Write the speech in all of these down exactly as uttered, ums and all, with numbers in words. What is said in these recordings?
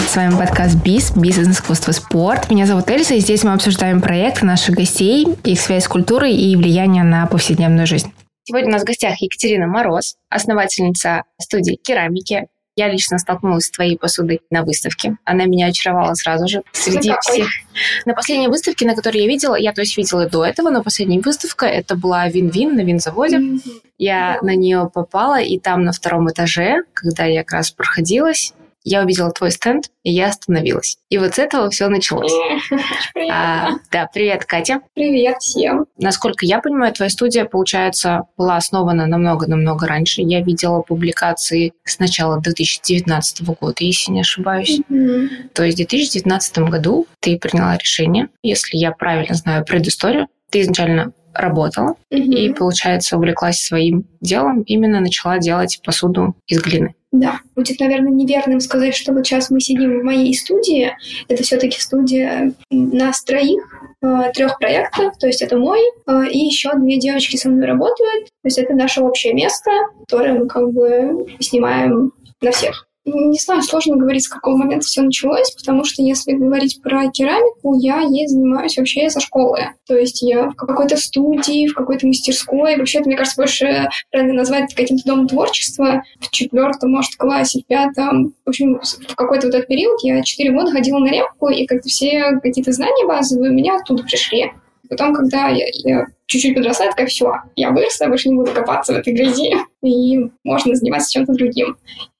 С вами подкаст БИС, Бизнес, искусство, спорт. Меня зовут Эльза, и здесь мы обсуждаем проекты наших гостей, их связь с культурой и влияние на повседневную жизнь. Сегодня у нас в гостях Екатерина Мороз, основательница студии керамики. Я лично столкнулась с твоей посудой на выставке. Она меня очаровала сразу же среди всех. На последней выставке, на которой я видела, я то есть видела и до этого, но последняя выставка, это была Вин-Вин на винзаводе. Mm-hmm. Я yeah. на нее попала, и там на втором этаже, когда я как раз проходилась, я увидела твой стенд, и я остановилась. И вот с этого все началось. Привет. А, да, привет, Катя. Привет всем. Насколько я понимаю, твоя студия, получается, была основана намного-намного раньше. Я видела публикации с начала две тысячи девятнадцатого года, если не ошибаюсь. Mm-hmm. То есть в две тысячи девятнадцатом году ты приняла решение, если я правильно знаю предысторию, ты изначально работала mm-hmm. и, получается, увлеклась своим делом, именно начала делать посуду из глины. Да, будет, наверное, неверным сказать, что вот сейчас мы сидим в моей студии. Это все-таки студия нас троих, трех проектов, то есть это мой, и еще две девочки со мной работают. То есть это наше общее место, которое мы как бы снимаем на всех. Не знаю, сложно говорить, с какого момента все началось, потому что если говорить про керамику, я ей занимаюсь вообще со школы. То есть я в какой-то студии, в какой-то мастерской. Вообще-то, мне кажется, больше правильно назвать каким-то домом творчества. В четвертом, может, классе, в пятом. В общем, в какой-то вот этот период я четыре года ходила на репку, и как-то все какие-то знания базовые у меня оттуда пришли. Потом, когда я, я чуть-чуть подросла, я такая, все, я выросла, я больше не буду копаться в этой грязи, и можно заниматься чем-то другим.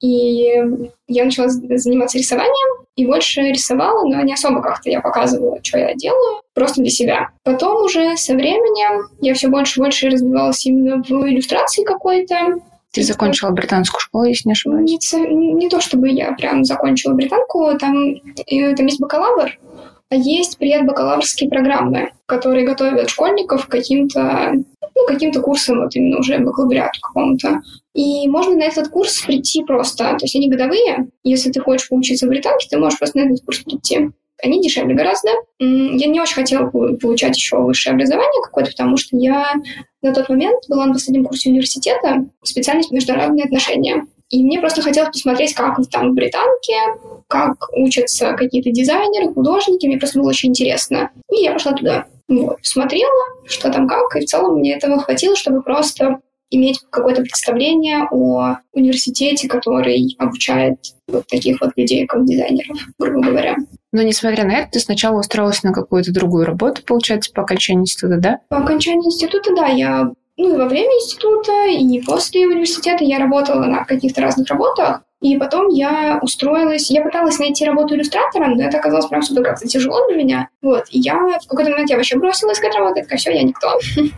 И я начала заниматься рисованием, и больше рисовала, но не особо как-то я показывала, что я делаю, просто для себя. Потом уже со временем я все больше и больше развивалась именно в иллюстрации какой-то. Ты закончила британскую школу, если не ошибаюсь? Не, не, не то, чтобы я прям закончила британку, там, там есть бакалавр, а есть предбакалаврские программы, которые готовят школьников к каким-то, ну, каким-то курсам, вот именно уже бакалавриату какому-то. И можно на этот курс прийти просто. То есть они годовые. Если ты хочешь поучиться в британке, ты можешь просто на этот курс прийти. Они дешевле гораздо. Я не очень хотела получать еще высшее образование какое-то, потому что я на тот момент была на последнем курсе университета, специальность международные отношения. И мне просто хотелось посмотреть, как там в британке, как учатся какие-то дизайнеры, художники. Мне просто было очень интересно. И я пошла туда. Вот. Смотрела, что там как, и в целом мне этого хватило, чтобы просто иметь какое-то представление о университете, который обучает вот таких вот людей, как дизайнеров, грубо говоря. Но, несмотря на это, ты сначала устроилась на какую-то другую работу, получается, по окончании института, да? По окончании института, да, я... Ну, и во время института, и после университета я работала на каких-то разных работах. И потом я устроилась... Я пыталась найти работу иллюстратором, но это оказалось прям супер как-то тяжело для меня. Вот. И я в какой-то момент я вообще бросила искать работу. Я такая, все, я никто.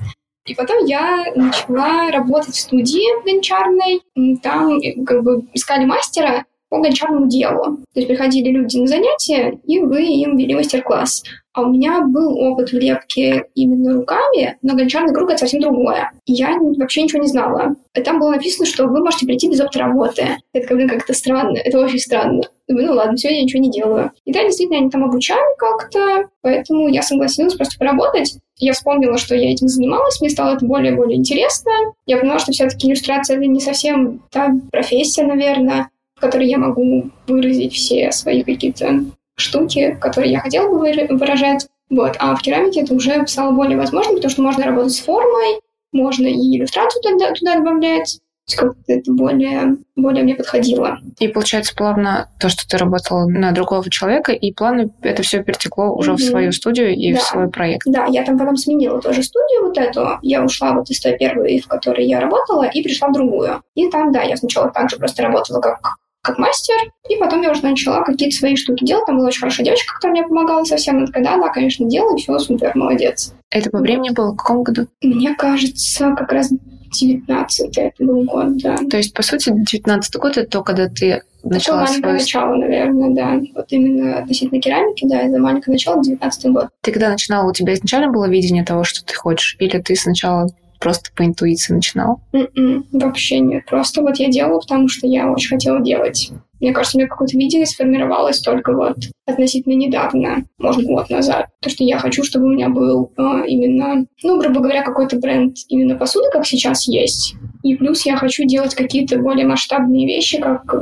И потом я начала работать в студии гончарной. Там как бы искали мастера по гончарному делу. То есть приходили люди на занятия, и вы им вели мастер-класс. А у меня был опыт в лепке именно руками, но гончарный круг — это совсем другое. И я вообще ничего не знала. И там было написано, что вы можете прийти без опыта работы. Это как бы как-то странно. Это очень странно. Думаю, ну ладно, все, я ничего не делаю. И да, действительно, они там обучали как-то, поэтому я согласилась просто поработать. Я вспомнила, что я этим занималась, мне стало это более-более интересно. Я поняла, что все-таки иллюстрация — это не совсем та профессия, наверное, в которой я могу выразить все свои какие-то штуки, которые я хотела бы выражать. Вот. А в керамике это уже стало более возможно, потому что можно работать с формой, можно и иллюстрацию туда, туда добавлять. Как-то это более, более мне подходило. И получается плавно то, что ты работала на другого человека, и плавно это все перетекло уже mm-hmm. в свою студию и да. в свой проект. Да, я там потом сменила тоже студию вот эту. Я ушла вот из той первой, в которой я работала, и пришла в другую. И там, да, я сначала также просто работала как как мастер, и потом я уже начала какие-то свои штуки делать. Там была очень хорошая девочка, которая мне помогала совсем. Она такая, да, да, конечно, делай, все, супер, молодец. Это по времени было в каком году? Мне кажется, как раз девятнадцатый это был год, да. То есть, по сути, девятнадцатый год — это то, когда ты начала это маленькое свою... начало, наверное, да. Вот именно относительно керамики, да, это маленькое начало, девятнадцатый год. Ты когда начинала, у тебя изначально было видение того, что ты хочешь? Или ты сначала просто по интуиции начинала? Mm-mm, вообще нет. Просто вот я делала, потому что я очень хотела делать. Мне кажется, у меня какое-то видение сформировалось только вот относительно недавно, может, год назад. То, что я хочу, чтобы у меня был э, именно, ну, грубо говоря, какой-то бренд именно посуды, как сейчас есть. И плюс я хочу делать какие-то более масштабные вещи, как, э,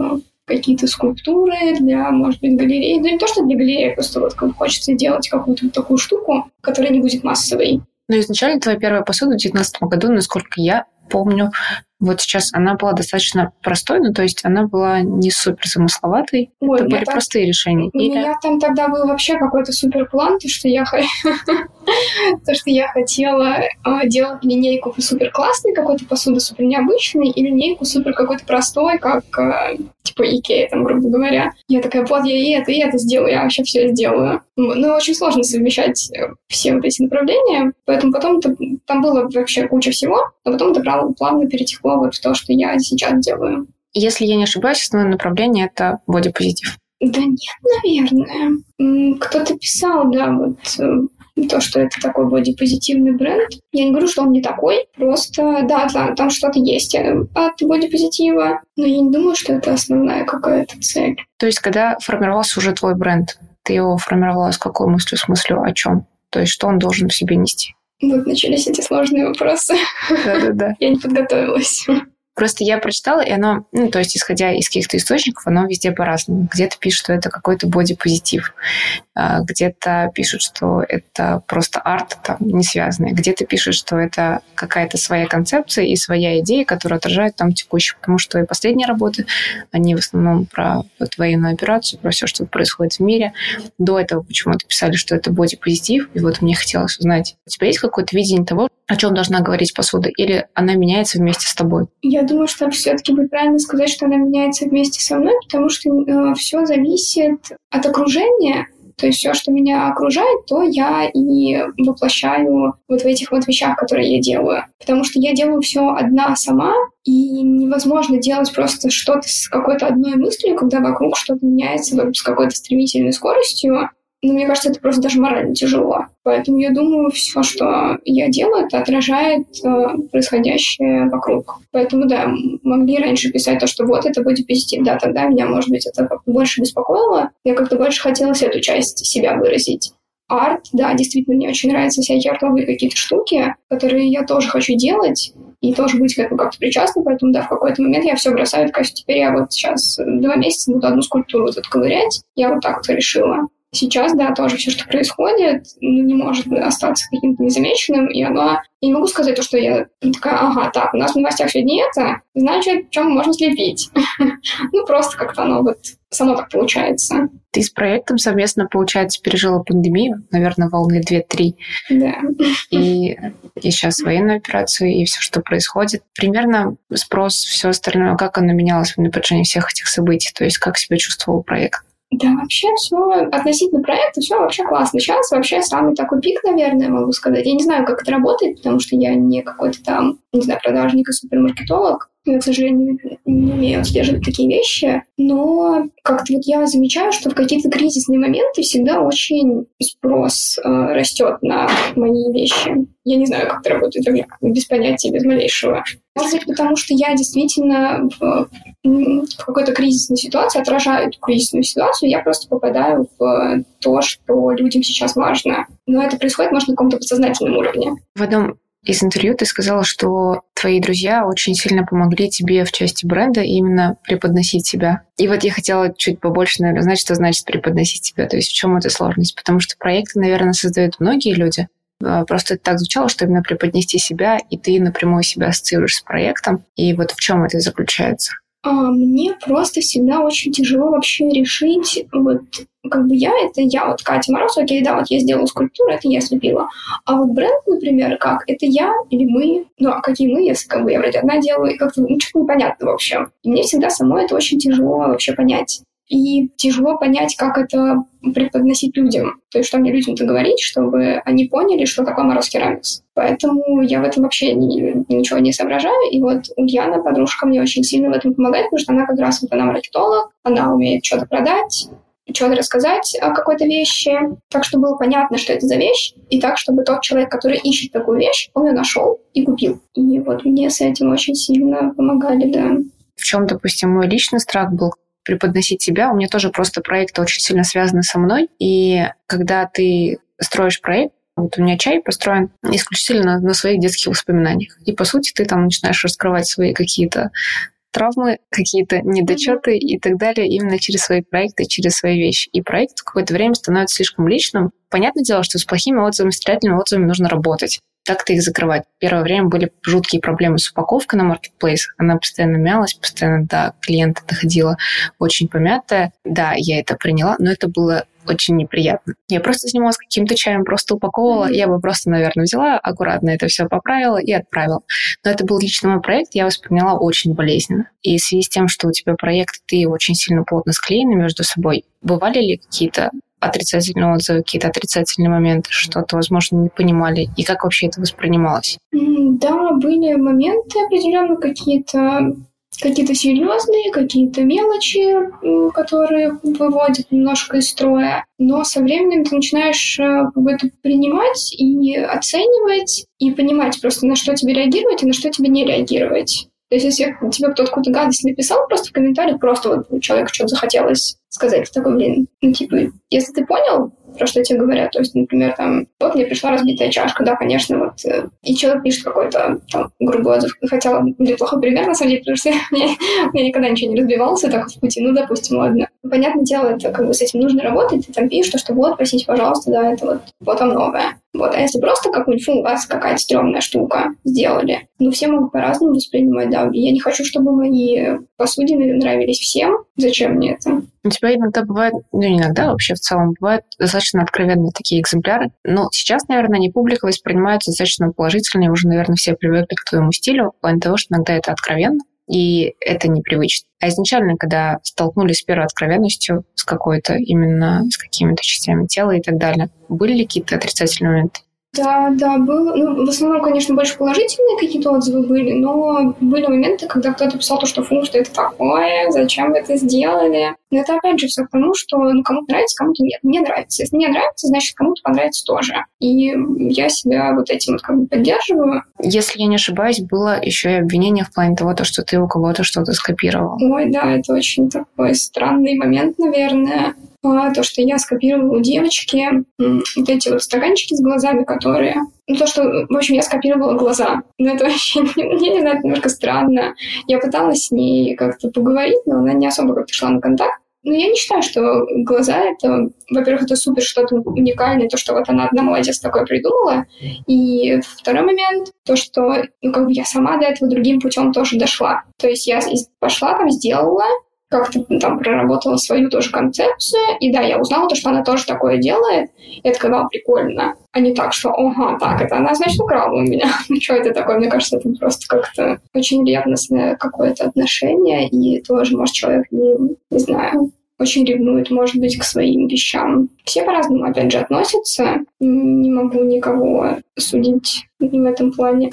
какие-то скульптуры, для, может быть, галереи. Ну, не то, что для галереи, просто вот как хочется делать какую-то вот такую штуку, которая не будет массовой. Ну, изначально твоя первая посуда в две тысячи девятнадцатом году, насколько я помню, вот сейчас она была достаточно простой, ну, то есть она была не супер замысловатой. Ой, это были там простые решения. У Или... меня там тогда был вообще какой-то супер план, то, что я, то, что я хотела делать линейку супер классной, какой-то посуды супер необычной, и линейку супер какой-то простой, как типа Икея, там, грубо говоря. Я такая, вот, я и это, и это сделаю, я вообще все сделаю. Но очень сложно совмещать все вот эти направления, поэтому потом там было вообще куча всего, но потом это плавно перетекло вот в то, что я сейчас делаю. Если я не ошибаюсь, основное направление — это бодипозитив. Да нет, наверное. Кто-то писал, да, вот то, что это такой бодипозитивный бренд. Я не говорю, что он не такой, просто, да, там, там что-то есть от бодипозитива, но я не думаю, что это основная какая-то цель. То есть, когда формировался уже твой бренд, ты его формировала с какой мыслью, с мыслью о чем? То есть, что он должен в себе нести? Вот начались эти сложные вопросы. Да-да-да. Я не подготовилась. Просто я прочитала, и оно, ну, то есть, исходя из каких-то источников, оно везде по-разному. Где-то пишут, что это какой-то бодипозитив, где-то пишут, что это просто арт, там, не связанный, где-то пишут, что это какая-то своя концепция и своя идея, которая отражает там текущую. Потому что и последние работы, они в основном про вот, военную операцию, про все, что происходит в мире. До этого почему-то писали, что это бодипозитив, и вот мне хотелось узнать, у тебя есть какое-то видение того, о чем должна говорить посуда, или она меняется вместе с тобой? Я думаю, что все-таки будет правильно сказать, что она меняется вместе со мной, потому что э, все зависит от окружения. То есть все, что меня окружает, то я и воплощаю вот в этих вот вещах, которые я делаю. Потому что я делаю все одна сама, и невозможно делать просто что-то с какой-то одной мыслью, когда вокруг что-то меняется с какой-то стремительной скоростью. Но мне кажется, это просто даже морально тяжело. Поэтому я думаю, все, что я делаю, это отражает э, происходящее вокруг. Поэтому, да, могли раньше писать то, что вот это будет позитив. Да, тогда меня, может быть, это как-то больше беспокоило. Я как-то больше хотела эту часть себя выразить. Арт, да, действительно, мне очень нравятся всякие артовые какие-то штуки, которые я тоже хочу делать и тоже быть к этому как-то причастна. Поэтому, да, в какой-то момент я все бросаю, такая, теперь я вот сейчас два месяца буду одну скульптуру вот эту ковырять. Я вот так вот решила. Сейчас, да, тоже все, что происходит, ну, не может остаться каким-то незамеченным, и оно... Я не могу сказать то, что я такая, ага, так, у нас в новостях сегодня это, значит, чем можно слепить. Ну, просто как-то оно вот само так получается. Ты с проектом совместно, получается, пережила пандемию, наверное, волны две-три. Да. И, и сейчас военную операцию, и все, что происходит. Примерно спрос, все остальное, как оно менялось на протяжении всех этих событий, то есть как себя чувствовал проект? Да, вообще все относительно проекта, все вообще классно. Сейчас вообще самый такой пик, наверное, могу сказать. Я не знаю, как это работает, потому что я не какой-то там, не знаю, продажник и супермаркетолог. Я, к сожалению, не умею отслеживать такие вещи. Но как-то вот я замечаю, что в какие-то кризисные моменты всегда очень спрос э, растет на мои вещи. Я не знаю, как это работает, без понятия, без малейшего. Может быть, потому что я действительно в, в какой-то кризисной ситуации отражаю эту кризисную ситуацию, я просто попадаю в то, что людям сейчас важно. Но это происходит, может, на каком-то подсознательном уровне. В одном из интервью ты сказала, что твои друзья очень сильно помогли тебе в части бренда именно преподносить себя. И вот я хотела чуть побольше, наверное, знать, что значит преподносить себя, то есть в чем эта сложность. Потому что проекты, наверное, создают многие люди. Просто это так звучало, что именно преподнести себя, и ты напрямую себя ассоциируешь с проектом. И вот в чем это заключается? А, мне просто всегда очень тяжело вообще решить, вот, как бы я, это я, вот Катя Мороз, окей, да, вот я сделала скульптуру, это я слепила. А вот бренд, например, как, это я или мы, ну, а какие мы, если как бы я вроде одна делаю, и как-то, ну, что-то непонятно вообще. И мне всегда самой это очень тяжело вообще понять. И тяжело понять, как это преподносить людям. То есть, что мне людям-то говорить, чтобы они поняли, что такое Мороз Керамикс. Поэтому я в этом вообще ни, ничего не соображаю. И вот Ульяна, подружка, мне очень сильно в этом помогает, потому что она как раз вот она маркетолог, она умеет что-то продать, что-то рассказать о какой-то вещи, так, чтобы было понятно, что это за вещь, и так, чтобы тот человек, который ищет такую вещь, он ее нашел и купил. И вот мне с этим очень сильно помогали, да. В чем, допустим, мой личный страх был преподносить себя. У меня тоже просто проекты очень сильно связаны со мной. И когда ты строишь проект, вот у меня чай построен исключительно на, на своих детских воспоминаниях. И, по сути, ты там начинаешь раскрывать свои какие-то травмы, какие-то недочеты и так далее именно через свои проекты, через свои вещи. И проект в какое-то время становится слишком личным. Понятное дело, что с плохими отзывами, с отрицательными отзывами нужно работать. Как-то их закрывать. Первое время были жуткие проблемы с упаковкой на Marketplace. Она постоянно мялась, постоянно до клиента доходила очень помятая. Да, я это приняла, но это было очень неприятно. Я просто занималась каким-то чаем, просто упаковывала. Mm-hmm. Я бы просто, наверное, взяла, аккуратно это все поправила и отправила. Но это был лично мой проект, я восприняла очень болезненно. И в связи с тем, что у тебя проект, ты очень сильно плотно склеены между собой, бывали ли какие-то отрицательные отзывы, какие-то отрицательные моменты, что-то, возможно, не понимали, и как вообще это воспринималось? Да, были моменты определенно какие-то, какие-то серьезные, какие-то мелочи, которые выводят немножко из строя, но со временем ты начинаешь как бы это принимать и оценивать, и понимать просто, на что тебе реагировать и на что тебе не реагировать. То есть, если тебе кто-то какую-то гадость написал просто в комментариях, просто вот человеку что-то захотелось сказать, ты такой, блин, ну, типа, если ты понял, про что тебе говорят, то есть, например, там, вот мне пришла разбитая чашка, да, конечно, вот, и человек пишет какой-то, там, грубый отзыв, хотела будет плохой пример, на самом деле, потому что у меня, у меня никогда ничего не разбивался так в пути, ну, допустим, ладно. Понятное дело, это как бы с этим нужно работать, ты там пишешь, то, что вот, простите, пожалуйста, да, это вот, вот вам новое. Вот, а если просто какую-нибудь, фу, у вас какая-то стрёмная штука сделали, ну, все могут по-разному воспринимать, да, я не хочу, чтобы мои посудины нравились всем, зачем мне это? У тебя иногда бывает, ну, не иногда, вообще в целом, бывают достаточно откровенные такие экземпляры, но сейчас, наверное, они публика воспринимаются достаточно положительно, и уже, наверное, все привыкли к твоему стилю, в плане того, что иногда это откровенно, и это непривычно. А изначально, когда столкнулись с первой откровенностью, с какой-то именно, с какими-то частями тела и так далее, были ли какие-то отрицательные моменты? Да, да, было. Ну, в основном, конечно, больше положительные какие-то отзывы были, но были моменты, когда кто-то писал то, что фу, что это такое, зачем вы это сделали. Но это, опять же, все к тому, что ну, кому-то нравится, кому-то нет. Мне нравится. Если мне нравится, значит, кому-то понравится тоже. И я себя вот этим вот как бы поддерживаю. Если я не ошибаюсь, было еще и обвинение в плане того, что ты у кого-то что-то скопировал. Ой, да, это очень такой странный момент, наверное. А, то, что я скопировала у девочки вот эти вот стаканчики с глазами, которые... Ну, то, что, в общем, я скопировала глаза. Ну, это вообще, я не знаю, это немножко странно. Я пыталась с ней как-то поговорить, но она не особо как-то шла на контакт. Но я не считаю, что глаза — это... Во-первых, это супер что-то уникальное, то, что вот она одна молодец такое придумала. И второй момент, то, что ну, как бы я сама до этого другим путем тоже дошла. То есть я пошла там, сделала, как-то там проработала свою тоже концепцию, и да, я узнала то, что она тоже такое делает, и это когда прикольно, а не так, что, ага, так, это она, значит, украла у меня. Ну, что это такое? Мне кажется, это просто как-то очень ревностное какое-то отношение, и тоже, может, человек, не, не знаю, очень ревнует, может быть, к своим вещам. Все по-разному, опять же, относятся. Не могу никого судить в этом плане.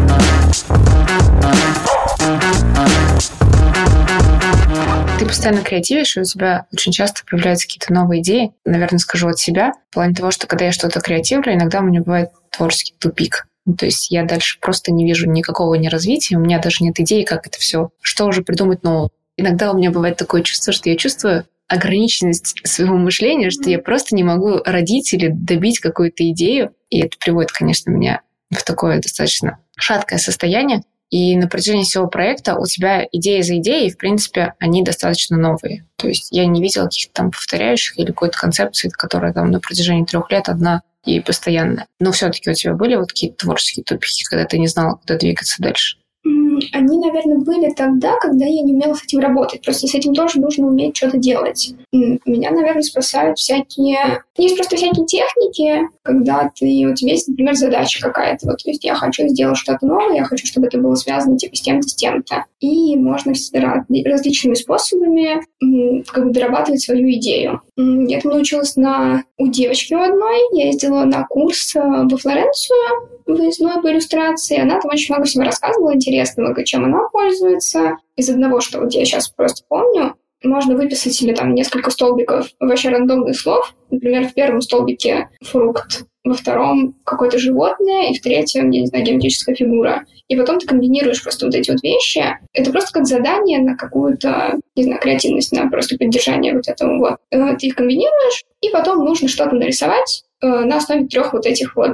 Ты постоянно креативишь, и у тебя очень часто появляются какие-то новые идеи. Наверное, скажу от себя. В плане того, что когда я что-то креативлю, иногда у меня бывает творческий тупик. То есть я дальше просто не вижу никакого ни развития, у меня даже нет идеи, как это все, что уже придумать нового. Иногда у меня бывает такое чувство, что я чувствую ограниченность своего мышления, что я просто не могу родить или добить какую-то идею. И это приводит, конечно, меня в такое достаточно шаткое состояние. И на протяжении всего проекта у тебя идеи за идеей, и, в принципе, они достаточно новые. То есть я не видела каких-то там повторяющих или какой-то концепции, которая там на протяжении трех лет одна и постоянная. Но все-таки у тебя были вот какие-то творческие тупики, когда ты не знала, куда двигаться дальше? Они, наверное, были тогда, когда я не умела с этим работать. Просто с этим тоже нужно уметь что-то делать. Меня, наверное, спасают всякие... Есть просто всякие техники, когда ты... У тебя есть, например, задача какая-то. Вот, то есть я хочу сделать что-то новое, я хочу, чтобы это было связано типа с тем-то, с тем-то. И можно различными способами как бы дорабатывать свою идею. Я этому научилась на... у девочки у одной. Я ездила на курс во Флоренцию, выездной по иллюстрации. Она там очень много всего рассказывала интересного, чем она пользуется. Из одного, что вот я сейчас просто помню, можно выписать себе там несколько столбиков вообще рандомных слов. Например, в первом столбике фрукт, во втором какое-то животное, и в третьем, я не знаю, геометрическая фигура. И потом ты комбинируешь просто вот эти вот вещи. Это просто как задание на какую-то, не знаю, креативность, на просто поддержание вот этого вот. Ты их комбинируешь, и потом нужно что-то нарисовать на основе трех вот этих вот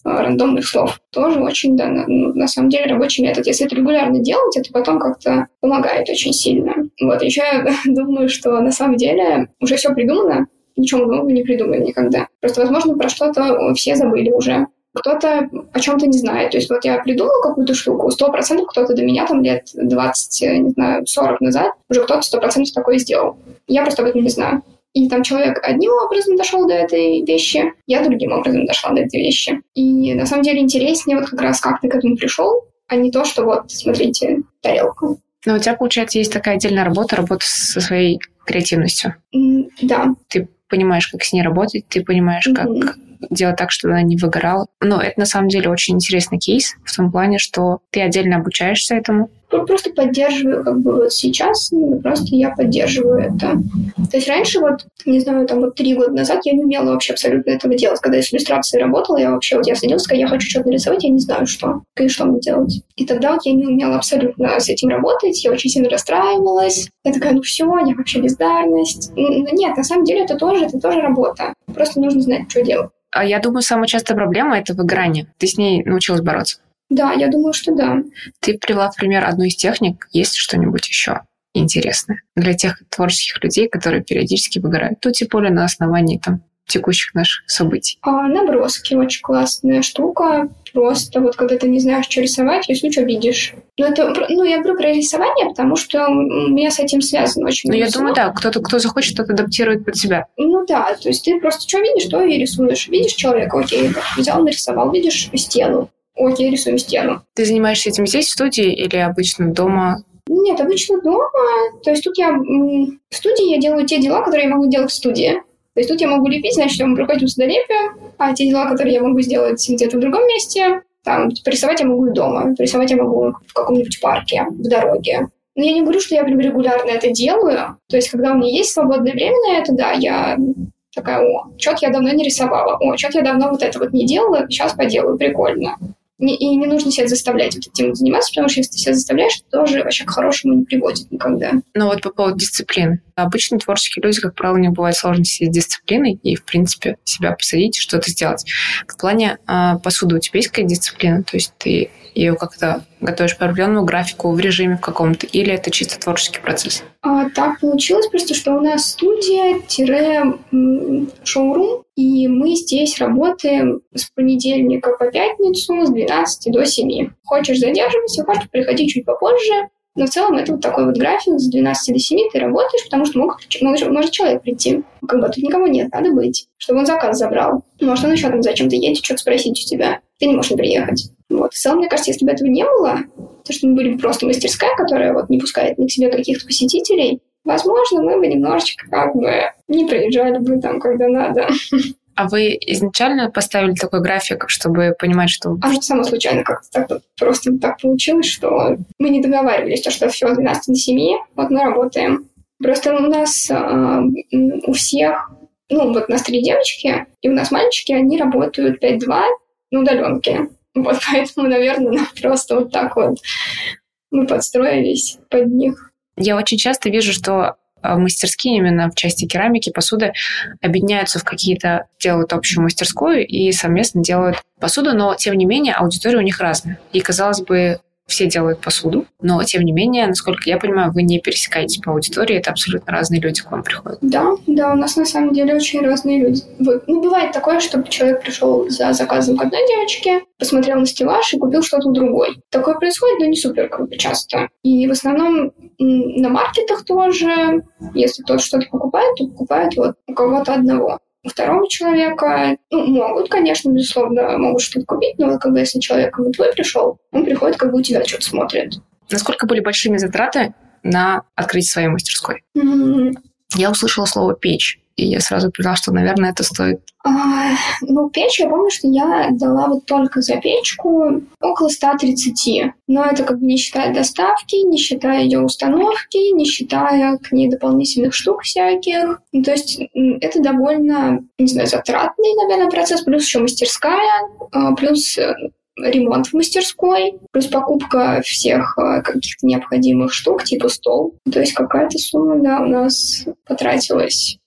рандомных слов. Тоже очень, да, на, на самом деле рабочий метод. Если это регулярно делать, это потом как-то помогает очень сильно. Вот, еще я думаю, что на самом деле уже все придумано, ничего нового не придумали никогда. Просто, возможно, про что-то все забыли уже. Кто-то о чем-то не знает. То есть вот я придумала какую-то штуку, сто процентов кто-то до меня там лет двадцать, не знаю, сорок назад уже кто-то сто процентов такое сделал. Я просто об этом не знаю. И там человек одним образом дошел до этой вещи, я другим образом дошла до этой вещи. И на самом деле интереснее вот как раз как ты к этому пришел, а не то, что вот, смотрите, тарелка. Но у тебя, получается, есть такая отдельная работа, работа со своей креативностью. Mm, да. Ты понимаешь, как с ней работать, ты понимаешь, mm-hmm. как делать так, чтобы она не выгорала. Но это на самом деле очень интересный кейс в том плане, что ты отдельно обучаешься этому. Просто поддерживаю, как бы вот сейчас, просто я поддерживаю это. То есть раньше, вот, не знаю, там вот три года назад я не умела вообще абсолютно этого делать. Когда я с иллюстрацией работала, я вообще, вот я садилась, сказала, я хочу что-то нарисовать, я не знаю, что. И что мне делать? И тогда вот я не умела абсолютно с этим работать, я очень сильно расстраивалась. Я такая, ну все, я вообще бездарность. Но нет, на самом деле это тоже, это тоже работа. Просто нужно знать, что делать. А я думаю, самая частая проблема — это выгорание. Ты с ней научилась бороться? Да, я думаю, что да. Ты привела в пример одну из техник. Есть что-нибудь еще интересное для тех творческих людей, которые периодически выгорают? Ну, тем более на основании там текущих наших событий. А, наброски очень классная штука. Просто вот когда ты не знаешь, что рисовать, если что видишь. Ну, это, ну, я говорю про рисование, потому что у меня с этим связано очень много. Ну, я всего. думаю, да, кто-то, кто захочет, тот адаптирует под себя. Ну да, то есть ты просто что видишь, то и рисуешь. Видишь человека, окей, взял, нарисовал, видишь стену, окей, рисуем стену. Ты занимаешься этим здесь, в студии, или обычно дома? Нет, обычно дома. То есть тут я... В студии я делаю те дела, которые я могу делать в студии. То есть тут я могу лепить, значит, мы приходим сюда лепим, а те дела, которые я могу сделать где-то в другом месте, там, порисовать я могу и дома, порисовать я могу в каком-нибудь парке, в дороге. Но я не говорю, что я прям регулярно это делаю. То есть когда у меня есть свободное время на это, да, я такая, о, что-то я давно не рисовала, о, что-то я давно вот это вот не делала, сейчас поделаю, прикольно. И не нужно себя заставлять этим заниматься, потому что если ты себя заставляешь, это тоже вообще к хорошему не приводит никогда. Ну вот по поводу дисциплины. Обычно творческие люди, как правило, у них бывают сложности с дисциплиной и, в принципе, себя посадить, что-то сделать. В плане э, посуды у тебя есть какая-то дисциплина? То есть ты ее как-то готовишь по определенному графику, в режиме в каком-то, или это чисто творческий процесс? А, так получилось просто, что у нас студия-шоурум, и мы здесь работаем с понедельника по пятницу с двенадцати до семи. Хочешь, задерживайся, хочешь, приходи чуть попозже. Но в целом это вот такой вот график, с двенадцати до семи ты работаешь, потому что мог, может, может человек прийти. Как бы тут никого нет, надо быть, чтобы он заказ забрал. Может, он еще там зачем-то едет, что-то спросить у тебя. Ты не можешь не приехать. Вот. В целом, мне кажется, если бы этого не было, то, что мы были просто мастерская, которая вот не пускает ни к себе каких-то посетителей, возможно, мы бы немножечко как бы не проезжали бы там, когда надо. А вы изначально поставили такой график, чтобы понимать, что... А само случайно как-то так вот, просто так получилось, что мы не договаривались, что все с двенадцати до семи, вот мы работаем. Просто у нас э, у всех, ну вот у нас три девочки, и у нас мальчики, они работают пять-два на удаленке. Вот поэтому, наверное, нам просто вот так вот мы подстроились под них. Я очень часто вижу, что мастерские именно в части керамики, посуды объединяются в какие-то, делают общую мастерскую и совместно делают посуду, но, тем не менее, аудитория у них разная. И, казалось бы, все делают посуду, но, тем не менее, насколько я понимаю, вы не пересекаетесь по аудитории, это абсолютно разные люди к вам приходят. Да, да, у нас на самом деле очень разные люди. Ну, бывает такое, чтобы человек пришел за заказом к одной девочке, посмотрел на стеллаж и купил что-то у другой. Такое происходит, но не супер круто часто. И в основном на маркетах тоже, если кто-то что-то покупает, то покупает вот у кого-то одного. У второго человека, ну, могут, конечно, безусловно, могут что-то купить, но как бы если человек как бы твой пришел, он приходит, как бы у тебя что-то смотрит. Насколько были большими затраты на открытие своей мастерской? Mm-hmm. Я услышала слово «печь», и я сразу поняла, что, наверное, это стоит... А, ну, печь, я помню, что я дала вот только за печку около ста тридцати. Но это как бы не считая доставки, не считая ее установки, не считая к ней дополнительных штук всяких. Ну, то есть это довольно, не знаю, затратный, наверное, процесс. Плюс еще мастерская, плюс ремонт в мастерской, плюс покупка всех каких-то необходимых штук, типа стол. То есть какая-то сумма, да, у нас потратилась.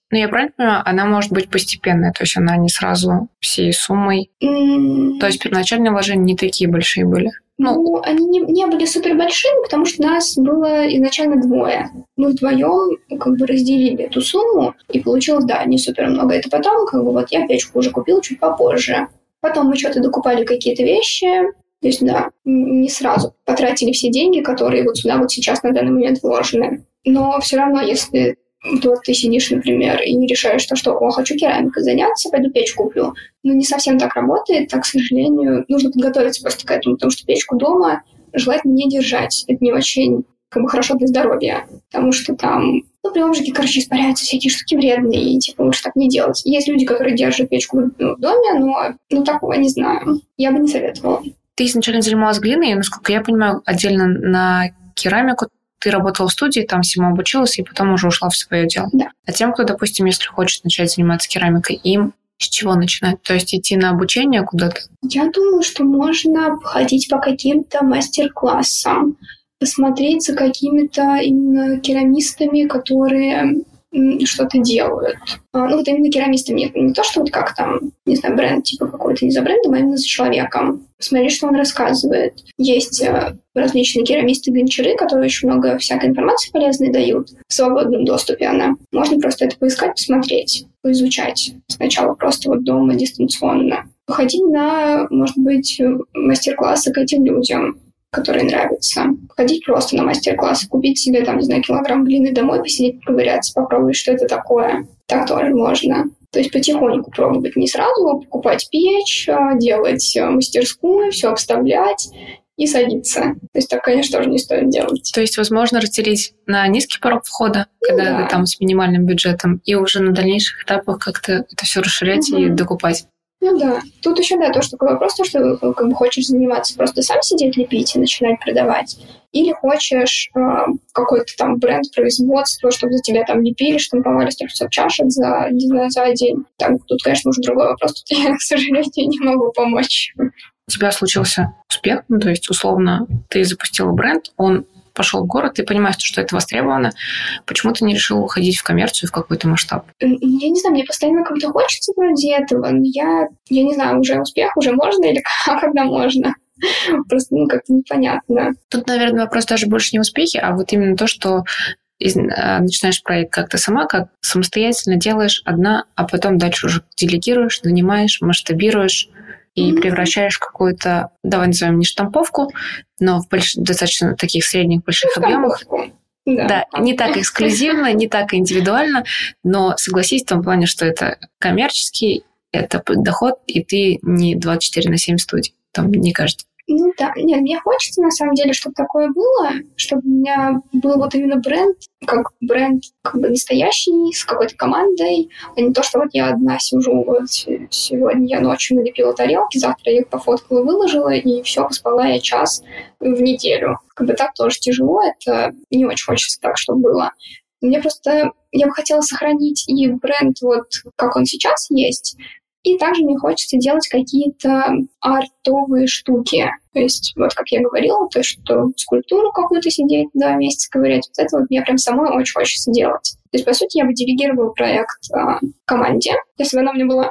Ну, я правильно понимаю, она может быть постепенная, то есть она не сразу всей суммой. Mm. То есть первоначальные вложения не такие большие были? Ну, ну они не, не были супер большими, потому что нас было изначально двое. Мы вдвоем как бы разделили эту сумму, и получилось, да, не супер много. Это потом, как бы, вот я печку уже купила чуть попозже. Потом мы что-то докупали какие-то вещи. То есть, да, не сразу потратили все деньги, которые вот сюда вот сейчас на данный момент вложены. Но все равно, если вот ты сидишь, например, и не решаешь, что, что о, хочу керамикой заняться, пойду печку куплю. Но не совсем так работает, так, к сожалению, нужно подготовиться просто к этому, потому что печку дома желательно не держать. Это не очень как бы хорошо для здоровья, потому что там, ну, при обжиге, короче, испаряются всякие штуки вредные, и, типа, лучше так не делать. Есть люди, которые держат печку ну, в доме, но ну, такого не знаю. Я бы не советовала. Ты изначально занималась глиной, и, насколько я понимаю, отдельно на керамику ты работала в студии, там всему обучилась, и потом уже ушла в свое дело. Да. А тем, кто, допустим, если хочет начать заниматься керамикой, им с чего начинать? То есть идти на обучение куда-то? Я думаю, что можно ходить по каким-то мастер-классам, посмотреть за какими-то именно керамистами, которые что-то делают. А, ну, вот именно керамистами. Нет, не то, что вот как там, не знаю, бренд типа какой-то, не за брендом, а именно за человеком. Посмотреть, что он рассказывает. Есть э, различные керамисты-гончары, которые очень много всякой информации полезной дают. В свободном доступе она. Можно просто это поискать, посмотреть, поизучать. Сначала просто вот дома дистанционно. Походить на, может быть, мастер-классы к этим людям, которые нравятся. Ходить просто на мастер-классы, купить себе, там, не знаю, килограмм глины домой, посидеть, поковыряться, попробовать, что это такое. Так тоже можно. То есть потихоньку пробовать, не сразу покупать печь, делать мастерскую, все обставлять и садиться. То есть так, конечно, тоже не стоит делать. То есть, возможно, разделить на низкий порог входа, ну, когда да. ты там с минимальным бюджетом, и уже на дальнейших этапах как-то это все расширять угу. и докупать. Ну да. Тут еще, да, тоже такой вопрос, то, что как бы хочешь заниматься, просто сам сидеть лепить и начинать продавать. Или хочешь э, какой-то там бренд производства, чтобы за тебя там лепили, штамповали сто пятьсот чашек за, не знаю, за день. Там, тут, конечно, уже другой вопрос. Тут я, к сожалению, не могу помочь. У тебя случился успех, ну, то есть, условно, ты запустила бренд, он пошел в город, ты понимаешь, что это востребовано. Почему ты не решила уходить в коммерцию, в какой-то масштаб? Я не знаю, мне постоянно как-то хочется вроде этого, но я, я не знаю, уже успех, уже можно или как, когда можно? Просто, ну, как-то непонятно. Тут, наверное, вопрос даже больше не в успехе, а вот именно то, что из, а, начинаешь проект как-то сама, как самостоятельно делаешь одна, а потом дальше уже делегируешь, нанимаешь, масштабируешь и mm-hmm. превращаешь в какую-то, давай назовем, не штамповку, но в больш... достаточно таких средних больших ну, объемах. Да, да не так эксклюзивно, не так индивидуально, но согласись в том плане, что это коммерческий, это доход, и ты не двадцать четыре на семь студий, там не каждый. Ну да, нет, мне хочется на самом деле, чтобы такое было, чтобы у меня был вот именно бренд, как бренд как бы настоящий, с какой-то командой, а не то, что вот я одна сижу, вот сегодня я ночью налепила тарелки, завтра я их пофоткала, выложила, и все, поспала я час в неделю. Как бы так тоже тяжело, это не очень хочется так, чтобы было. Мне просто, я бы хотела сохранить и бренд вот, как он сейчас есть, и также мне хочется делать какие-то артовые штуки. То есть, вот как я говорила, то, что скульптуру какую-то сидеть два месяца ковырять, вот это вот мне прям самой очень хочется делать. То есть, по сути, я бы делегировала проект э, команде, если бы она у меня была.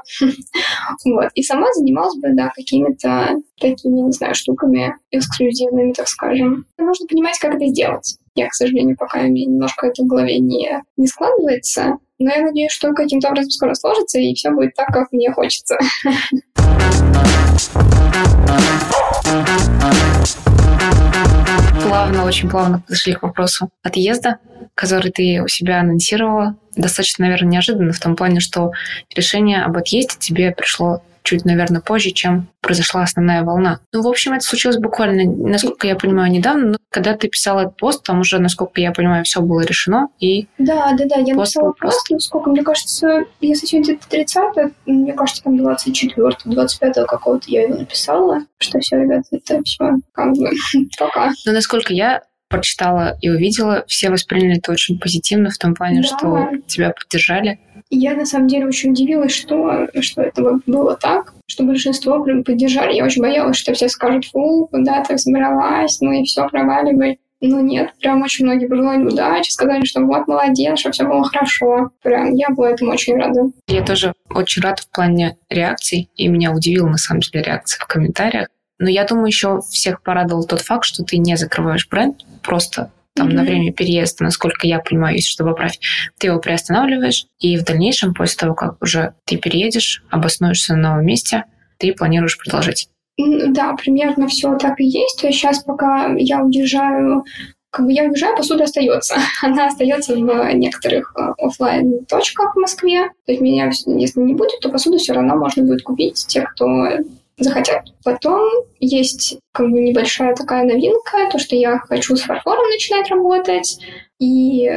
Вот. И сама занималась бы, да, какими-то такими, не знаю, штуками эксклюзивными, так скажем. Нужно понимать, как это сделать. Я, к сожалению, пока мне немножко это в голове не, не складывается. Но я надеюсь, что каким-то образом скоро сложится, и все будет так, как мне хочется. Плавно, очень плавно подошли к вопросу отъезда, который ты у себя анонсировала. Достаточно, наверное, неожиданно в том плане, что решение об отъезде тебе пришло чуть, наверное, позже, чем произошла основная волна. Ну, в общем, это случилось буквально, насколько я понимаю, недавно, но когда ты писала этот пост, там уже, насколько я понимаю, все было решено, и... Да, да, да, я написала пост, ну, сколько, мне кажется, если сегодня где-то тридцатое, мне кажется, там двадцать четвёртого, двадцать пятого какого-то я его написала, что все, ребята, это все, как бы, пока. Но насколько я прочитала и увидела, все восприняли это очень позитивно, в том плане, да. что тебя поддержали. Я, на самом деле, очень удивилась, что, что это было так, что большинство прям поддержали. Я очень боялась, что все скажут, фу, куда ты собралась, ну и все, проваливай. Но нет, прям очень многие пожелали удачи, сказали, что вот, молодец, что все было хорошо. Прям я была этому очень рада. Я тоже очень рада в плане реакций, и меня удивила, на самом деле, реакция в комментариях. Но я думаю, еще всех порадовал тот факт, что ты не закрываешь бренд просто там mm-hmm. на время переезда, насколько я понимаю, если что поправь, ты его приостанавливаешь, и в дальнейшем, после того, как уже ты переедешь, обоснуешься на новом месте, ты планируешь продолжить. Да, примерно все так и есть. То есть сейчас, пока я уезжаю, как бы я уезжаю, посуда остается. Она остается в некоторых офлайн точках в Москве. То есть меня, если не будет, то посуду все равно можно будет купить те, кто захотят. Потом есть как бы небольшая такая новинка, то, что я хочу с фарфором начинать работать, и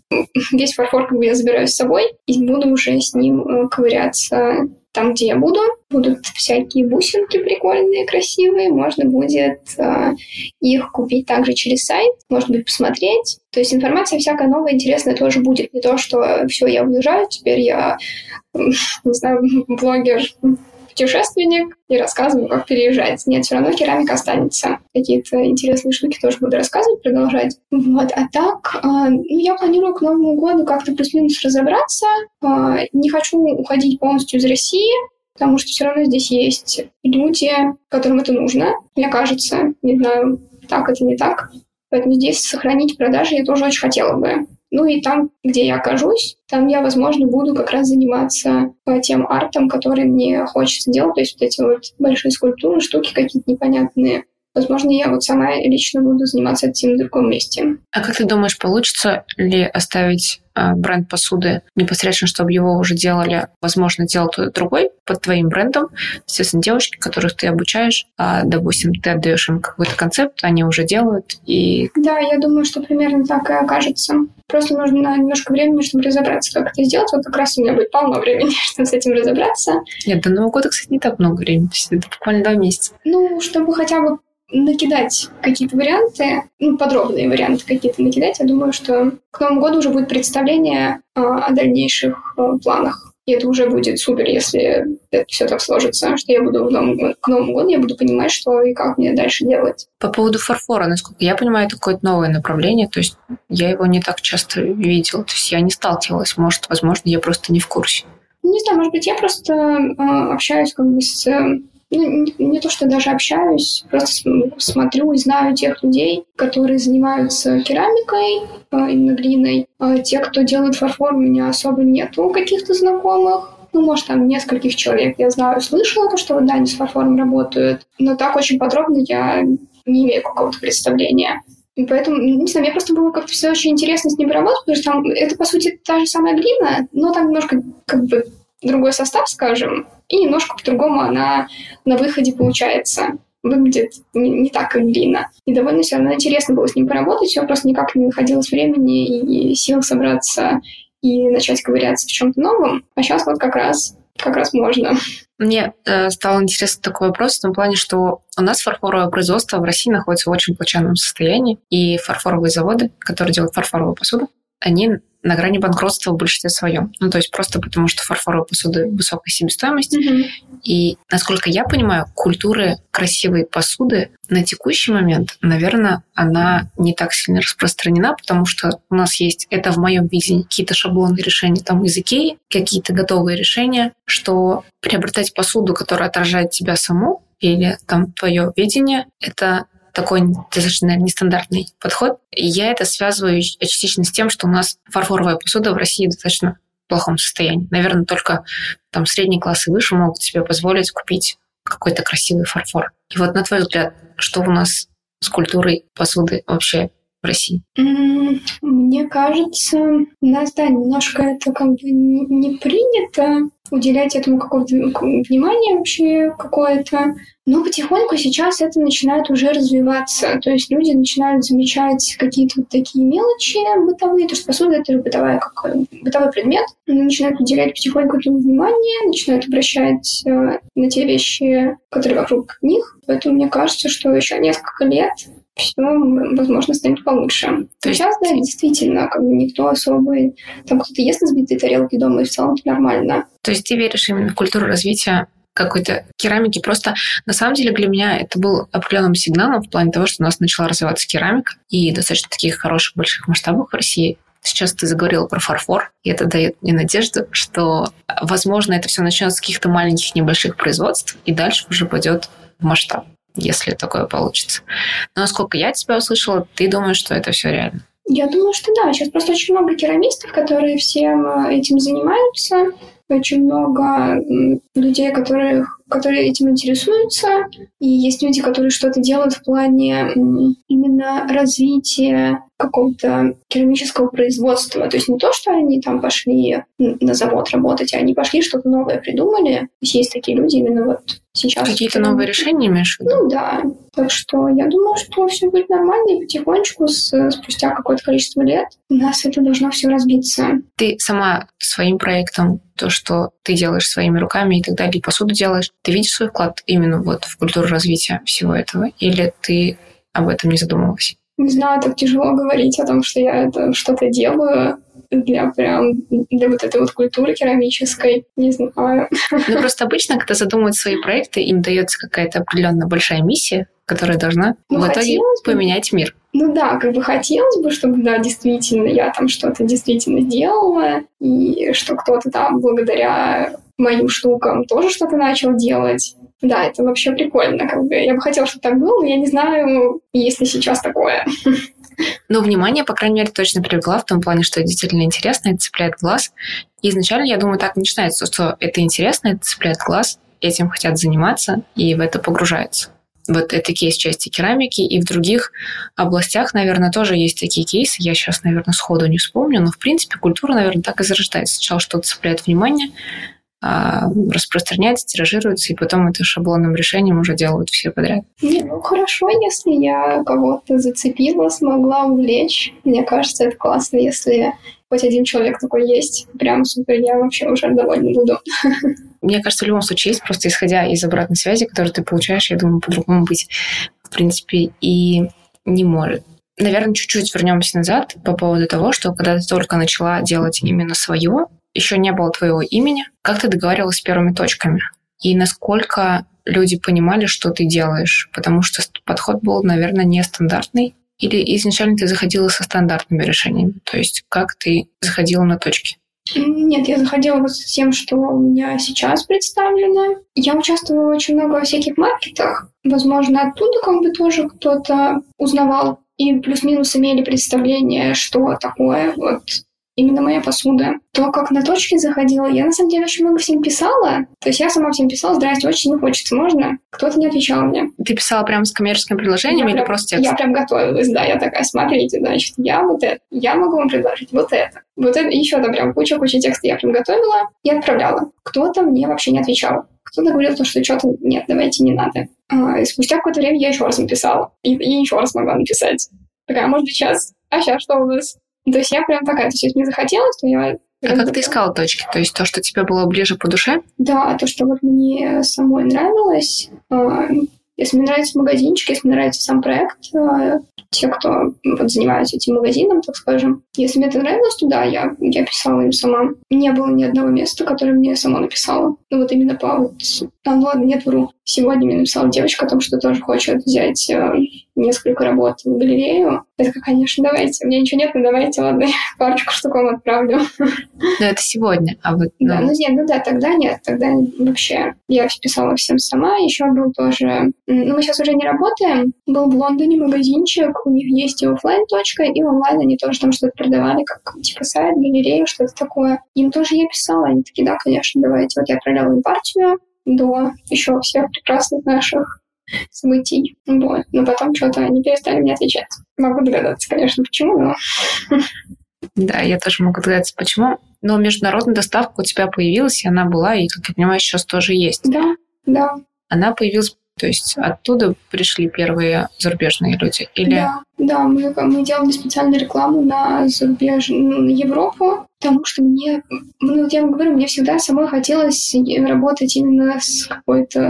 весь фарфор как бы я забираю с собой, и буду уже с ним ковыряться там, где я буду. Будут всякие бусинки прикольные, красивые, можно будет э, их купить также через сайт, может быть, посмотреть. То есть информация всякая новая, интересная тоже будет. Не то, что все, я уезжаю, теперь я, не знаю, блогер, путешественник и рассказываю, как переезжать. Нет, все равно керамика останется. Какие-то интересные штуки тоже буду рассказывать, продолжать. Вот. А так, э, ну, я планирую к Новому году как-то плюс-минус разобраться. Э, не хочу уходить полностью из России, потому что все равно здесь есть люди, которым это нужно. Мне кажется, не знаю, так это не так. Поэтому здесь сохранить продажи я тоже очень хотела бы. Ну и там, где я окажусь, там я, возможно, буду как раз заниматься тем артом, который мне хочется делать. То есть вот эти вот большие скульптуры, штуки какие-то непонятные. Возможно, я вот сама лично буду заниматься этим в другом месте. А как ты думаешь, получится ли оставить э, бренд посуды непосредственно, чтобы его уже делали, возможно, делал кто-то другой под твоим брендом? Естественно, девушки, которых ты обучаешь, а, допустим, ты отдаешь им какой-то концепт, они уже делают. И... Да, я думаю, что примерно так и окажется. Просто нужно немножко времени, чтобы разобраться, как это сделать. Вот как раз у меня будет полно времени, чтобы с этим разобраться. Нет, до Нового года, кстати, не так много времени. То есть это буквально два месяца. Ну, чтобы хотя бы накидать какие-то варианты, ну, подробные варианты какие-то накидать, я думаю, что к Новому году уже будет представление э, о дальнейших э, планах. И это уже будет супер, если это все так сложится, что я буду в новом, к Новому году, я буду понимать, что и как мне дальше делать. По поводу фарфора, насколько я понимаю, это какое-то новое направление, то есть я его не так часто видела, то есть я не сталкивалась, может, возможно, я просто не в курсе. Не знаю, может быть, я просто э, общаюсь как бы с... Э, Ну, не, не то, что даже общаюсь, просто смотрю и знаю тех людей, которые занимаются керамикой, именно глиной. А те, кто делает фарфор, у меня особо нету каких-то знакомых. Ну, может, там нескольких человек я знаю, слышала то, что вот, да, они с фарфором работают. Но так очень подробно я не имею какого-то представления. И поэтому, не знаю, мне просто было как-то все очень интересно с ним работать, потому что там это, по сути, та же самая глина, но там немножко как бы другой состав, скажем, и немножко по-другому она на выходе получается. Выглядит не, не так, как глина. И довольно все равно интересно было с ним поработать. Я просто никак не находилось времени и сил собраться и начать ковыряться в чем-то новом. А сейчас вот как раз, как раз можно. Мне э, стало интересен такой вопрос в том плане, что у нас фарфоровое производство в России находится в очень плачевном состоянии, и фарфоровые заводы, которые делают фарфоровую посуду, они на грани банкротства в большинстве своем. Ну, то есть просто потому, что фарфоровая посуда высокая себестоимость. Mm-hmm. И, насколько я понимаю, культуры красивой посуды на текущий момент, наверное, она не так сильно распространена, потому что у нас есть, это в моем видении, какие-то шаблонные решения там из Икеи, какие-то готовые решения, что приобретать посуду, которая отражает тебя саму или там твое видение, это такой достаточно, наверное, нестандартный подход. И я это связываю частично с тем, что у нас фарфоровая посуда в России достаточно в плохом состоянии. Наверное, только там средний класс и выше могут себе позволить купить какой-то красивый фарфор. И вот, на твой взгляд, что у нас с культурой посуды вообще в России? Мне кажется, у нас, да, немножко это как бы не принято уделять этому какого-то внимания вообще какое-то. Но потихоньку сейчас это начинает уже развиваться. То есть люди начинают замечать какие-то вот такие мелочи бытовые. То, что посуда — это же бытовая, как, бытовой предмет. Они начинают уделять потихоньку этому внимание, начинают обращать э, на те вещи, которые вокруг них. Поэтому мне кажется, что еще несколько лет все, возможно, станет получше. То сейчас, есть... да, действительно, как бы никто особо... Там кто-то ест на сбитой тарелке дома, и в целом это нормально. То есть ты веришь именно в культуру развития какой-то керамики. Просто на самом деле для меня это был определенным сигналом в плане того, что у нас начала развиваться керамика и достаточно таких хороших больших масштабах в России. Сейчас ты заговорила про фарфор, и это дает мне надежду, что, возможно, это все начнется с каких-то маленьких небольших производств и дальше уже пойдет в масштаб, если такое получится. Но насколько я тебя услышала, ты думаешь, что это все реально? Я думаю, что да. Сейчас просто очень много керамистов, которые всем этим занимаются. Очень много людей, которые, которые этим интересуются. И есть люди, которые что-то делают в плане именно развития какого-то керамического производства. То есть не то, что они там пошли на завод работать, а они пошли что-то новое придумали. То есть есть такие люди именно вот сейчас. Какие-то новые решения имеешь в виду? Ну да. Так что я думаю, что все будет нормально, и потихонечку, с, спустя какое-то количество лет, у нас это должно все разбиться. Ты сама своим проектом, то, что ты делаешь своими руками и так далее, и посуду делаешь, ты видишь свой вклад именно вот в культуру развития всего этого? Или ты об этом не задумывалась? Не знаю, так тяжело говорить о том, что я это что-то делаю для прям для вот этой вот культуры керамической. Не знаю. Ну, просто обычно, когда задумывают свои проекты, им дается какая-то определенно большая миссия, которая должна ну, в итоге поменять мир. Ну да, как бы хотелось бы, чтобы, да, действительно, я там что-то действительно сделала, и что кто-то там благодаря моим штукам тоже что-то начал делать. Да, это вообще прикольно. Как бы. Я бы хотела, чтобы так было, но я не знаю, есть ли сейчас такое. Но внимание, по крайней мере, точно привлекла в том плане, что это действительно интересно, это цепляет глаз. И изначально, я думаю, так начинается, что это интересно, это цепляет глаз, этим хотят заниматься и в это погружаются. Вот это кейс части керамики, и в других областях, наверное, тоже есть такие кейсы. Я сейчас, наверное, сходу не вспомню, но, в принципе, культура, наверное, так и зарождается. Сначала что-то цепляет внимание, распространяется, тиражируется, и потом это шаблонным решением уже делают все подряд. Не, ну хорошо, если я кого-то зацепила, смогла увлечь. Мне кажется, это классно, если хоть один человек такой есть. Прям супер, я вообще уже довольна буду. Мне кажется, в любом случае есть, просто исходя из обратной связи, которую ты получаешь, я думаю, по-другому быть, в принципе, и не может. Наверное, чуть-чуть вернемся назад по поводу того, что когда ты только начала делать именно свое, еще не было твоего имени. Как ты договаривалась с первыми точками? И насколько люди понимали, что ты делаешь? Потому что подход был, наверное, нестандартный. Или изначально ты заходила со стандартными решениями? То есть как ты заходила на точки? Нет, я заходила вот с тем, что у меня сейчас представлено. Я участвовала очень много во всяких маркетах. Возможно, оттуда как бы тоже кто-то узнавал. И плюс-минус имели представление, что такое вот именно моя посуда. То, как на точке заходила, я на самом деле очень много всем писала. То есть я сама всем писала: здрасте, очень не хочется, можно? Кто-то не отвечал мне. Ты писала прямо с коммерческим предложением я или прям, просто текст? Я прям готовилась, да. Я такая: смотрите, значит, я вот это, я могу вам предложить вот это. Вот это, еще там прям куча-куча текста я прям готовила и отправляла. Кто-то мне вообще не отвечал. Кто-то говорил, что что-то нет, давайте не надо. А, и спустя какое-то время я еще раз написала. И, и еще раз могла написать. Такая: может быть, сейчас? А сейчас что у нас? То есть я прям такая, то есть если мне захотелось, то я... А как такая. Ты искала точки? То есть то, что тебе было ближе по душе? Да, то, что вот мне самой нравилось. Если мне нравится магазинчик, если мне нравится сам проект, те, кто вот занимаются этим магазином, так скажем. Если мне это нравилось, то да, я, я писала им сама. Не было ни одного места, которое мне сама написала. Ну вот именно по вот... А, ну ладно, нет, вру. Сегодня мне написала девочка о том, что тоже хочет взять э, несколько работ в галерею. Я такая: конечно, давайте. У меня ничего нет, но давайте, ладно, парочку штук вам отправлю. Но это сегодня, а вот... Да, ну нет, ну да, тогда нет, тогда вообще. Я писала всем сама. Еще был тоже... Ну, мы сейчас уже не работаем. Был в Лондоне магазинчик, у них есть и офлайн точка, и онлайн они тоже там что-то продавали, как типа сайт, галерею, что-то такое. Им тоже я писала, они такие: да, конечно, давайте. Вот я отправляла им партию до еще всех прекрасных наших событий. Вот. Но потом что-то они перестали мне отвечать. Могу догадаться, конечно, почему, но... Да, я тоже могу догадаться, почему. Но международная доставка у тебя появилась, и она была, и, как я понимаю, сейчас тоже есть. Да, да. Она появилась, то есть оттуда пришли первые зарубежные люди? Или... Да, да, мы, мы делали специальную рекламу на зарубеж... на Европу, потому что мне, ну, вот я вам говорю, мне всегда самой хотелось работать именно с какой-то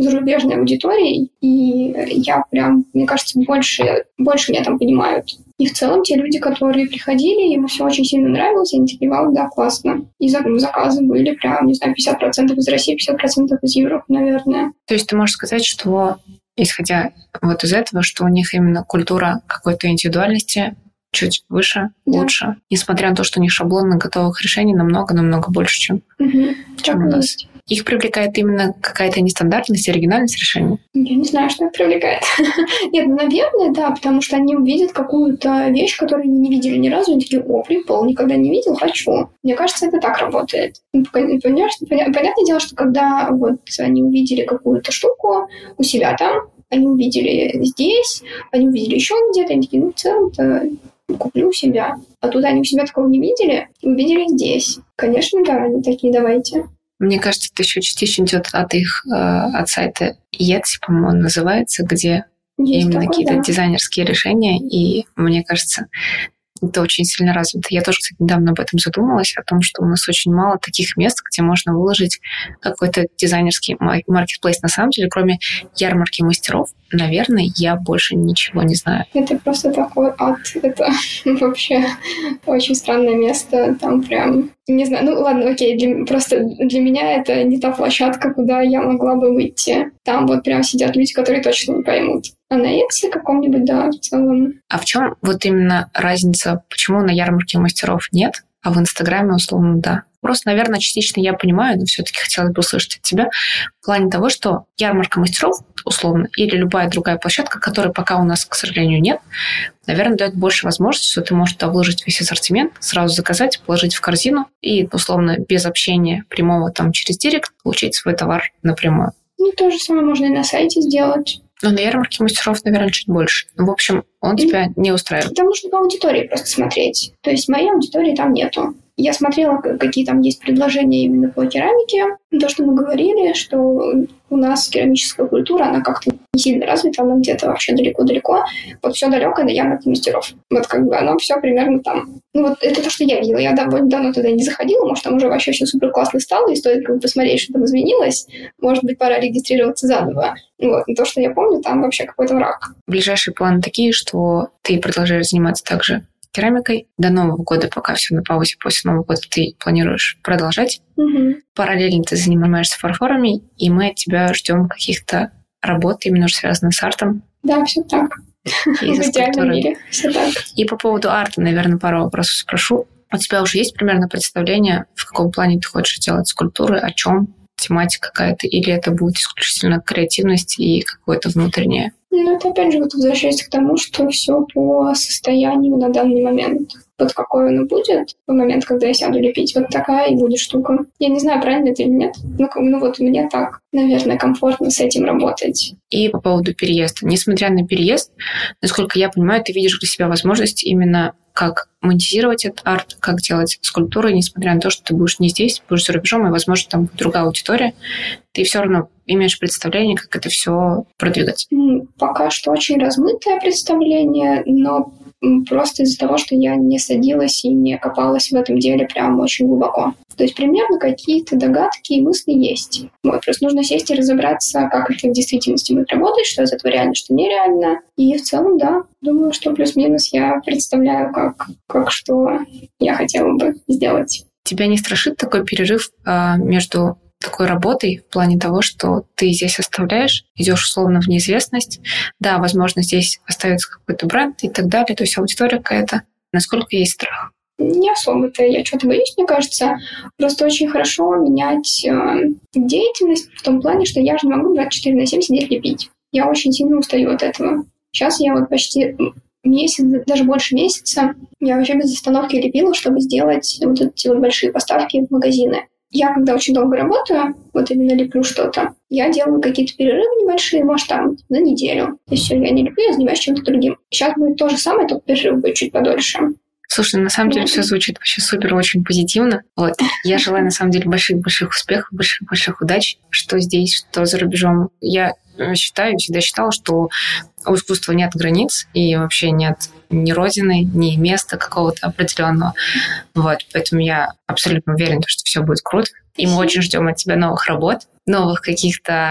зарубежной аудиторией, и я прям, мне кажется, больше, больше меня там понимают. И в целом те люди, которые приходили, им все очень сильно нравилось, они такие, вау, да, классно. И заказы были прям, не знаю, пятьдесят процентов из России, пятьдесят процентов из Европы, наверное. То есть ты можешь сказать, что, исходя вот из этого, что у них именно культура какой-то индивидуальности чуть выше, да. лучше, несмотря на то, что у них шаблоны готовых решений намного-намного больше, чем, угу. чем у нас. Есть. Их привлекает именно какая-то нестандартность, оригинальность решений? Я не знаю, что их привлекает. Нет, ну, наверное, да, потому что они увидят какую-то вещь, которую они не видели ни разу, они такие, о, прикол, никогда не видел, хочу. Мне кажется, это так работает. Понимаешь, понятное дело, что когда вот они увидели какую-то штуку у себя там, они увидели здесь, они увидели еще где-то, они такие, ну, в целом-то куплю у себя. А туда они у себя такого не видели, увидели здесь. Конечно, да, они такие, давайте. Мне кажется, это еще частично идет от их, э, от сайта Etsy, по-моему, он называется, где есть именно такой, какие-то да. дизайнерские решения, и мне кажется, это очень сильно развито. Я тоже, кстати, недавно об этом задумалась, о том, что у нас очень мало таких мест, где можно выложить какой-то дизайнерский маркетплейс. На самом деле, кроме ярмарки мастеров, наверное, я больше ничего не знаю. Это просто такой ад. Это вообще очень странное место. Там прям... Не знаю, ну ладно, окей, для, просто для меня это не та площадка, куда я могла бы выйти. Там вот прям сидят люди, которые точно не поймут. А на Etsy каком-нибудь, да, в целом. А в чем вот именно разница, почему на ярмарке мастеров нет, а в Инстаграме, условно, да? Просто, наверное, частично я понимаю, но все-таки хотелось бы услышать от тебя в плане того, что ярмарка мастеров, условно, или любая другая площадка, которой пока у нас, к сожалению, нет, наверное, дает больше возможностей, что ты можешь туда вложить весь ассортимент, сразу заказать, положить в корзину и, условно, без общения прямого там через директ получить свой товар напрямую. Ну, то же самое можно и на сайте сделать. Но на ярмарке мастеров, наверное, чуть больше. В общем, он тебя не устраивает. Там нужно по аудитории просто смотреть. То есть моей аудитории там нету. Я смотрела, какие там есть предложения именно по керамике. То, что мы говорили, что у нас керамическая культура, она как-то не сильно развита, она где-то вообще далеко-далеко. Вот все далекое на ярмарке мастеров. Вот как бы оно все примерно там. Ну вот это то, что я видела. Я довольно давно туда не заходила. Может, там уже вообще все супер классно стало, и стоит как бы посмотреть, что там изменилось. Может быть, пора регистрироваться заново. Вот. Но то, что я помню, там вообще какой-то мрак. Ближайшие планы такие, что ты продолжаешь заниматься также керамикой. До Нового года, пока все на паузе, после Нового года ты планируешь продолжать. Угу. Параллельно ты занимаешься фарфорами, и мы от тебя ждем каких-то работ, именно уже связанных с артом. Да, все так. И в идеальном мире все так. И по поводу арта, наверное, пару вопросов спрошу. У тебя уже есть примерно представление, в каком плане ты хочешь делать скульптуры, о чем, тематика какая-то, или это будет исключительно креативность и какое-то внутреннее? Ну, это опять же вот возвращаясь к тому, что все по состоянию на данный момент. Вот какой оно будет в момент, когда я сяду лепить, вот такая и будет штука. Я не знаю, правильно это или нет. Ну, ну вот мне так, наверное, комфортно с этим работать. И по поводу переезда. Несмотря на переезд, насколько я понимаю, ты видишь для себя возможность именно как монетизировать этот арт, как делать скульптуры, несмотря на то, что ты будешь не здесь, будешь за рубежом, и, возможно, там будет другая аудитория, ты все равно имеешь представление, как это все продвигать. Пока что очень размытое представление, но просто из-за того, что я не садилась и не копалась в этом деле прям очень глубоко. То есть примерно какие-то догадки и мысли есть. Вот, просто нужно сесть и разобраться, как это в действительности будет работать, что из этого реально, что нереально. И в целом, да, думаю, что плюс-минус я представляю, как, как что я хотела бы сделать. Тебя не страшит такой перерыв а, между такой работой в плане того, что ты здесь оставляешь, идешь условно в неизвестность. Да, возможно, здесь остается какой-то бренд и так далее, то есть аудитория какая-то. Насколько есть страх? Не особо-то я что-то боюсь, мне кажется. Просто очень хорошо менять э, деятельность в том плане, что я же не могу двадцать четыре на семь сидеть лепить. Я очень сильно устаю от этого. Сейчас я вот почти месяц, даже больше месяца, я вообще без остановки лепила, чтобы сделать вот эти вот большие поставки в магазины. Я, когда очень долго работаю, вот именно леплю что-то, я делаю какие-то перерывы небольшие, может, там, на неделю. То есть все, я не леплю, я занимаюсь чем-то другим. Сейчас будет то же самое, только перерыв будет чуть подольше. Слушай, на самом деле все звучит вообще супер, очень позитивно. Вот. Я желаю, на самом деле, больших-больших успехов, больших-больших удач, что здесь, что за рубежом. Я считаю, всегда считала, что у искусства нет границ и вообще нет ни родины, ни места какого-то определенного. Вот. Поэтому я абсолютно уверена, что все будет круто. И мы очень ждем от тебя новых работ, новых каких-то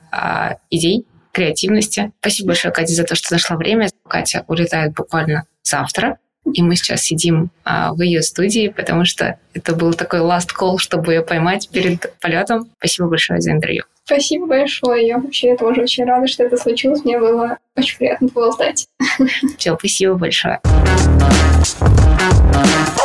а, идей, креативности. Спасибо большое, Катя, за то, что нашла время. Катя улетает буквально завтра, и мы сейчас сидим а, в ее студии, потому что это был такой last call, чтобы ее поймать перед полетом. Спасибо большое за интервью. Спасибо большое. Я вообще тоже очень рада, что это случилось. Мне было очень приятно поболтать. Все, спасибо большое.